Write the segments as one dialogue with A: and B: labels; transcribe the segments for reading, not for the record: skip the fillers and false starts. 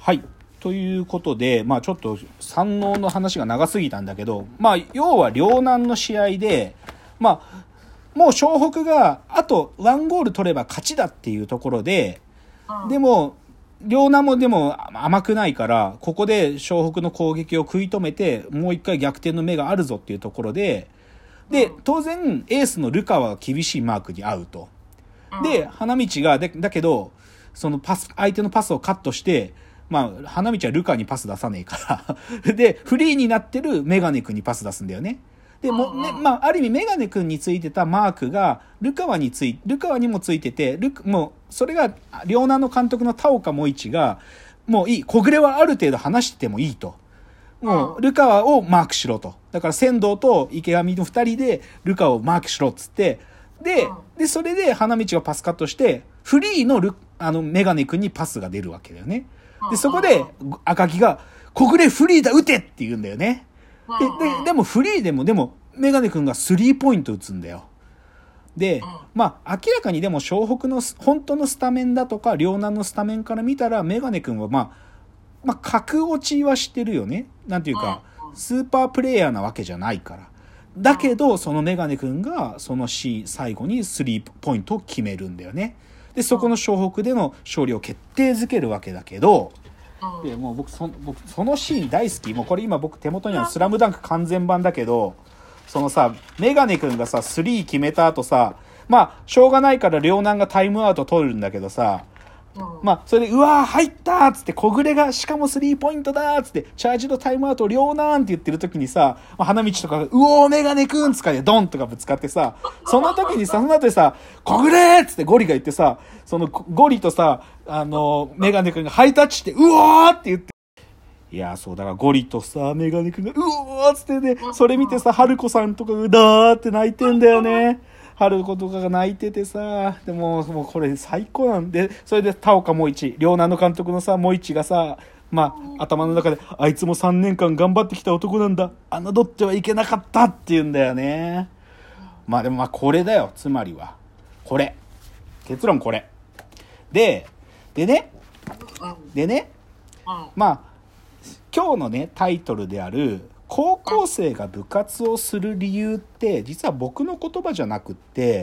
A: はい。ということで、ちょっと山王の話が長すぎたんだけど、要は両南の試合で、もう湘北があと1ゴール取れば勝ちだっていうところで、でも、両南もでも甘くないから、ここで湘北の攻撃を食い止めて、もう一回逆転の目があるぞっていうところで、当然エースのルカは厳しいマークに合うと。で、花道が、だけど、その相手のパスをカットして、花道はルカにパス出さねえからで、フリーになってるメガネ君にパス出すんだよね。で、ある意味メガネ君についてたマークが、ルカワにもついてて、もう、それが、両南の監督の田岡萌一が、もういい、小暮はある程度話してもいいと。もう、ルカワをマークしろと。だから、仙道と池上の二人で、ルカワをマークしろっつって、で、それで花道がパスカットして、フリーのメガネ君にパスが出るわけだよね。で、そこで、赤木が、小暮フリーだ、撃てって言うんだよね。でもフリーでも、メガネ君が3ポイント打つんだよ。で、明らかにでも湘北の本当のスタメンだとか、両南のスタメンから見たら、メガネ君は格落ちはしてるよね。なんていうか、スーパープレイヤーなわけじゃないから。だけど、そのメガネ君が、その最後に3ポイントを決めるんだよね。で、そこの湘北での勝利を決定づけるわけだけど、でもう僕そのシーン大好き。もうこれ今僕手元にはスラムダンク完全版だけど、そのさ、メガネ君がさ、3決めた後さ、しょうがないから両南がタイムアウト取るんだけどさ、それで、うわー入ったーっつって、小暮がしかも3ポイントだーっつって、チャージのタイムアウト両南って言ってる時にさ、花道とかが、うおーメガネくんつかでドンとかぶつかってさ、その時にさ、その後でさ、小暮ーっつってゴリが言ってさ、そのゴリとさ、メガネくんがハイタッチして、うおーって言って、いやそうだからゴリとさ、メガネくんが、うおーっつってね、それ見てさ、春子さんとかがだーって泣いてんだよね。春子とかが泣いててさ、でもうこれ最高なんで、それで田岡萌一、両南の監督のさ、萌一がさ、頭の中で、あいつも3年間頑張ってきた男なんだ。侮ってはいけなかったって言うんだよね。でもこれだよ、つまりは。これ。結論これ。でね、今日のね、タイトルである、高校生が部活をする理由って実は僕の言葉じゃなくって、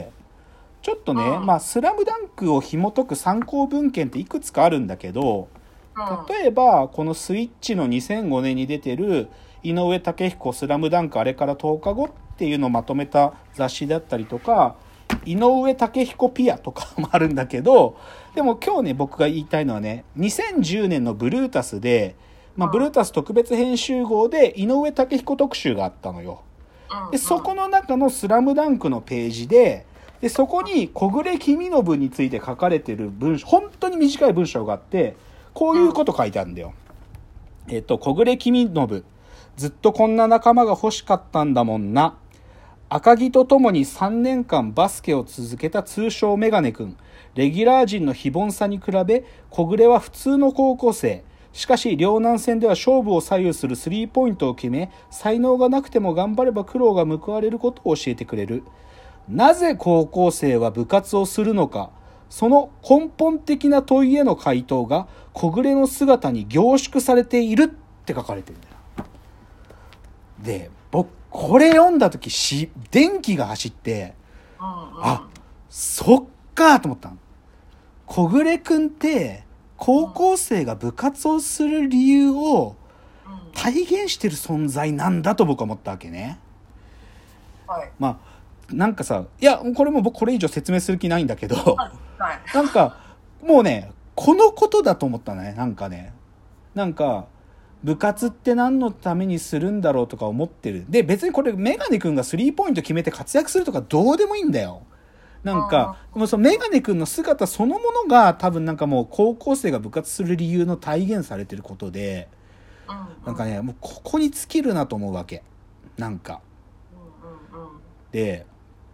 A: ちょっとね、スラムダンクを紐解く参考文献っていくつかあるんだけど、例えばこのスイッチの2005年に出てる井上武彦スラムダンクあれから10日後っていうのをまとめた雑誌だったりとか、井上武彦ピアとかもあるんだけど、でも今日ね、僕が言いたいのはね、2010年のブルータスで、ブルータス特別編集号で井上武彦特集があったのよ。で、そこの中のスラムダンクのページで、そこに小暮公信について書かれてる文章、本当に短い文章があって、こういうこと書いてあるんだよ。小暮公信、ずっとこんな仲間が欲しかったんだもんな。赤木と共に3年間バスケを続けた通称メガネ君。レギュラー陣の非凡さに比べ、小暮は普通の高校生。しかし、両南戦では勝負を左右するスリーポイントを決め、才能がなくても頑張れば苦労が報われることを教えてくれる。なぜ高校生は部活をするのか、その根本的な問いへの回答が小暮の姿に凝縮されているって書かれてるんだよ。で、僕、これ読んだ時電気が走って、そっかーと思ったの。小暮くんって、高校生が部活をする理由を体現してる存在なんだと僕は思ったわけね。なんかさ、いや、これも僕これ以上説明する気ないんだけど、なんか、もうね、このことだと思ったね、なんか、部活って何のためにするんだろうとか思ってる。で、別にこれメガネ君が3ポイント決めて活躍するとかどうでもいいんだよ。もうそのメガネ君の姿そのものが多分もう高校生が部活する理由の体現されてることで、もうここに尽きるなと思うわけ。で、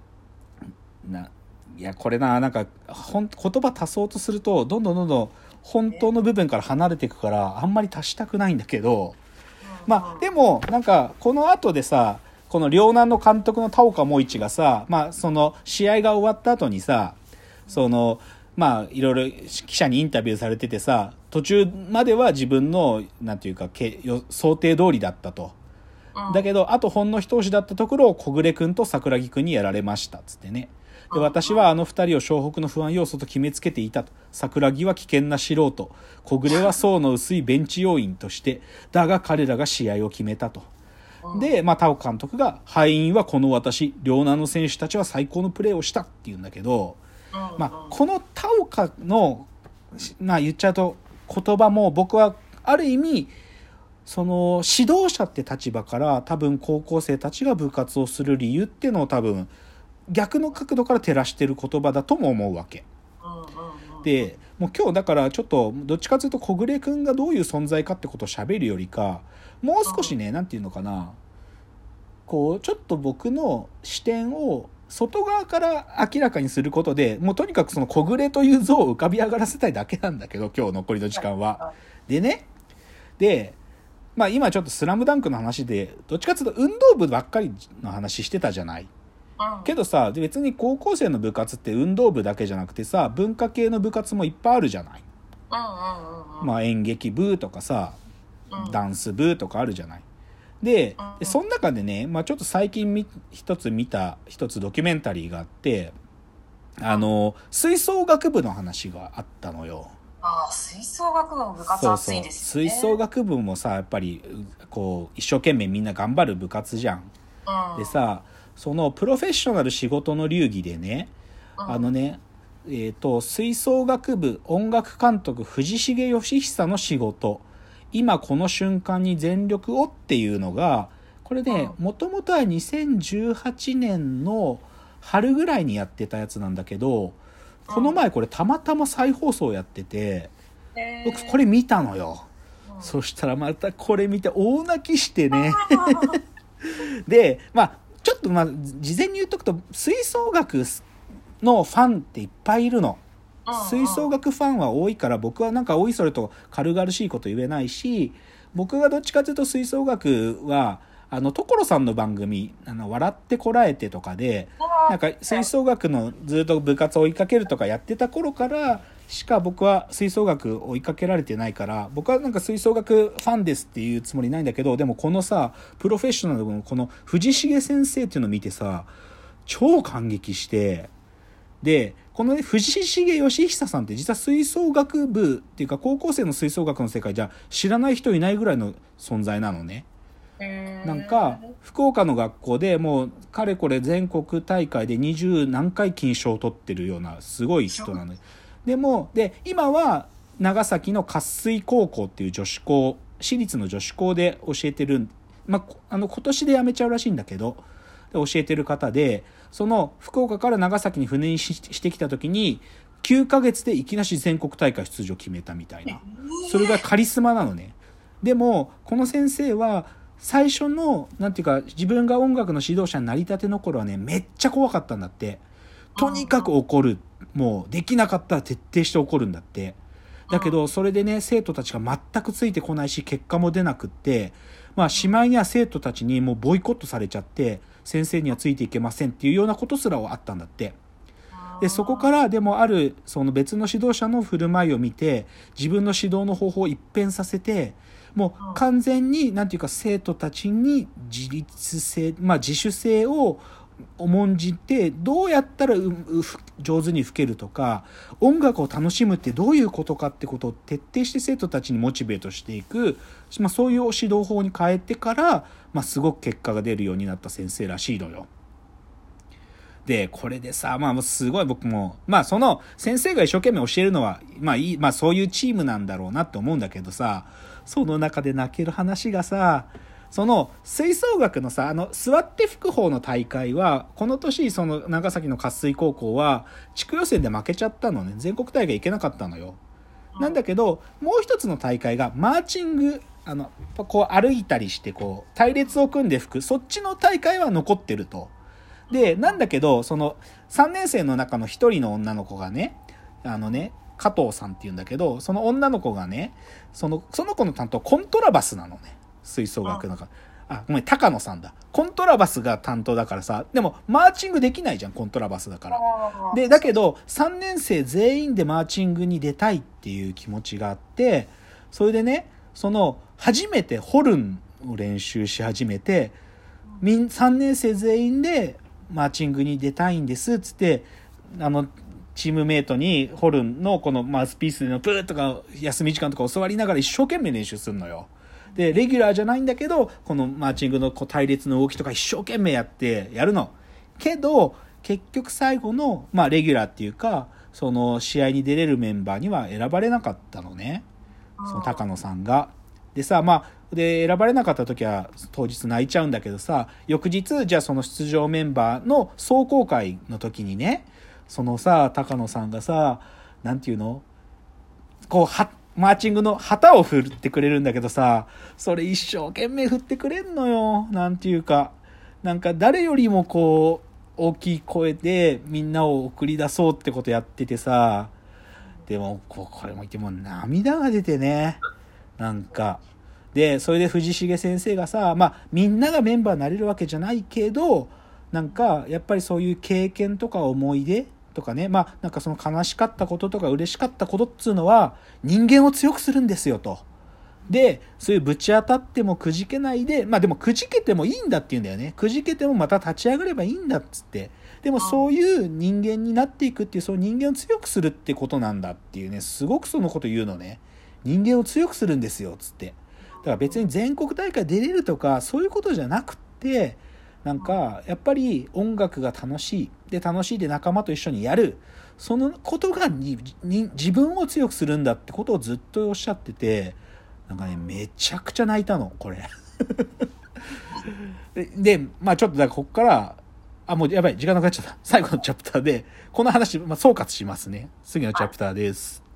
A: いやこれ言葉足そうとするとどんどん本当の部分から離れていくからあんまり足したくないんだけど、でもこの後でさ、この両南の監督の田岡萌一がさ、その試合が終わった後にさ、いろいろ記者にインタビューされててさ、 途中までは自分のなんていうか想定通りだったと。だけどあとほんの一押しだったところを小暮くんと桜木くんにやられましたっつってね。で私はあの二人を湘北の不安要素と決めつけていたと。桜木は危険な素人、小暮は層の薄いベンチ要員として、だが彼らが試合を決めたと。で、田尾監督が敗因はこの私、両南の選手たちは最高のプレーをしたって言うんだけど、この田岡の言っちゃうと言葉も僕はある意味その指導者って立場から多分高校生たちが部活をする理由っていうのを多分逆の角度から照らしてる言葉だとも思うわけで、もう今日だからちょっとどっちかというと小暮くんがどういう存在かってことを喋るよりか、もう少しね、なんていうのかな、こうちょっと僕の視点を外側から明らかにすることで、もうとにかくその小暮という像を浮かび上がらせたいだけなんだけど、今日残りの時間は。でね、今ちょっとスラムダンクの話でどっちかというと運動部ばっかりの話してたじゃない。けどさ、別に高校生の部活って運動部だけじゃなくてさ、文化系の部活もいっぱいあるじゃない。演劇部とかさ、ダンス部とかあるじゃない。でその中でね、ちょっと最近一つドキュメンタリーがあって、吹奏楽部の話があったのよ。
B: 吹奏楽部の部活熱いですよね。
A: 吹奏楽部もさ、やっぱりこう一生懸命みんな頑張る部活じゃん。でさ、そのプロフェッショナル仕事の流儀でね、吹奏楽部音楽監督藤重義久の仕事、今この瞬間に全力をっていうのが、これね、もともとは2018年の春ぐらいにやってたやつなんだけど、この前これたまたま再放送やってて、僕これ見たのよ。そしたらまたこれ見て大泣きしてねでちょっと事前に言っとくと、吹奏楽のファンっていっぱいいるの。吹奏楽ファンは多いから、僕はなんかおいそれと軽々しいこと言えないし、僕がどっちかというと吹奏楽は所さんの番組笑ってこらえてとかで、なんか吹奏楽のずっと部活を追いかけるとかやってた頃からしか僕は吹奏楽追いかけられてないから、僕はなんか吹奏楽ファンですっていうつもりないんだけど、でもこのさプロフェッショナルのこの藤重先生っていうのを見てさ、超感激して、でこのね、藤重義久さんって実は吹奏楽部っていうか高校生の吹奏楽の世界じゃ知らない人いないぐらいの存在なのね。なんか福岡の学校でもうかれこれ全国大会で20何回金賞を取ってるようなすごい人なの。で今は長崎の活水高校っていう女子校、私立の女子校で教えてる、今年で辞めちゃうらしいんだけど、教えてる方で、その福岡から長崎に赴任してきた時に9ヶ月でいきなり全国大会出場決めたみたいな、それがカリスマなのね。でもこの先生は最初のなんていうか、自分が音楽の指導者になりたての頃はね、めっちゃ怖かったんだって。とにかく怒る、もうできなかったら徹底して怒るんだって。だけどそれでね、生徒たちが全くついてこないし結果も出なくって、しまいには生徒たちにもうボイコットされちゃって、先生にはついていけませんっていうようなことすらあったんだって。でそこからでもあるその別の指導者の振る舞いを見て、自分の指導の方法を一変させて、もう完全になんていうか生徒たちに自立性、自主性を重んじて、どうやったら上手に吹けるとか、音楽を楽しむってどういうことかってことを徹底して生徒たちにモチベートしていく、そういう指導法に変えてから、すごく結果が出るようになった先生らしいのよ。でこれでさ、すごい僕もその先生が一生懸命教えるのはいい、そういうチームなんだろうなって思うんだけどさ、その中で泣ける話がさ、その吹奏楽のさ、座って吹く方の大会はこの年、その長崎の活水高校は地区予選で負けちゃったのね。全国大会行けなかったのよ。なんだけどもう一つの大会がマーチング、こう歩いたりしてこう隊列を組んで吹く、そっちの大会は残ってると。でなんだけどその3年生の中の一人の女の子がね、加藤さんっていうんだけど、その女の子がね、その子の担当コントラバスなのね、吹奏楽の中。 ごめん、高野さんだ。コントラバスが担当だからさ、でもマーチングできないじゃん、コントラバスだから。で、だけど、3年生全員でマーチングに出たいっていう気持ちがあって、それでね、初めてホルンを練習し始めて、3年生全員でマーチングに出たいんですっつって、チームメイトにホルンのこのマウスピースのプーとか休み時間とか教わりながら一生懸命練習するのよ。で、レギュラーじゃないんだけど、このマーチングの隊列の動きとか一生懸命やるの。けど、結局最後の、レギュラーっていうか、試合に出れるメンバーには選ばれなかったのね。その高野さんが。でさ、で、選ばれなかった時は当日泣いちゃうんだけどさ、翌日、じゃあその出場メンバーの壮行会の時にね、高野さんがさ、なんていうの？マーチングの旗を振ってくれるんだけどさ、それ一生懸命振ってくれんのよ。なんていうか、なんか誰よりも大きい声でみんなを送り出そうってことやっててさ、でも、これも言っても涙が出てね。なんか。で、それで藤重先生がさ、みんながメンバーになれるわけじゃないけど、なんか、やっぱりそういう経験とか思い出とかね、なんかその悲しかったこととか嬉しかったことっつうのは、人間を強くするんですよと。で、そういうぶち当たってもくじけないで、でもくじけてもいいんだって言うんだよね。くじけてもまた立ち上がればいいんだっつって。でもそういう人間になっていくっていう、その人間を強くするってことなんだっていうね、すごくそのこと言うのね。人間を強くするんですよ、つって。だから別に全国大会出れるとか、そういうことじゃなくって、なんか、やっぱり音楽が楽しい。で、楽しいで仲間と一緒にやる。そのことが自分を強くするんだってことをずっとおっしゃってて、なんかね、めちゃくちゃ泣いたの、これ。で、ちょっとだからこっから、もうやばい、時間なくなっちゃった。最後のチャプターで、この話、総括しますね。次のチャプターです。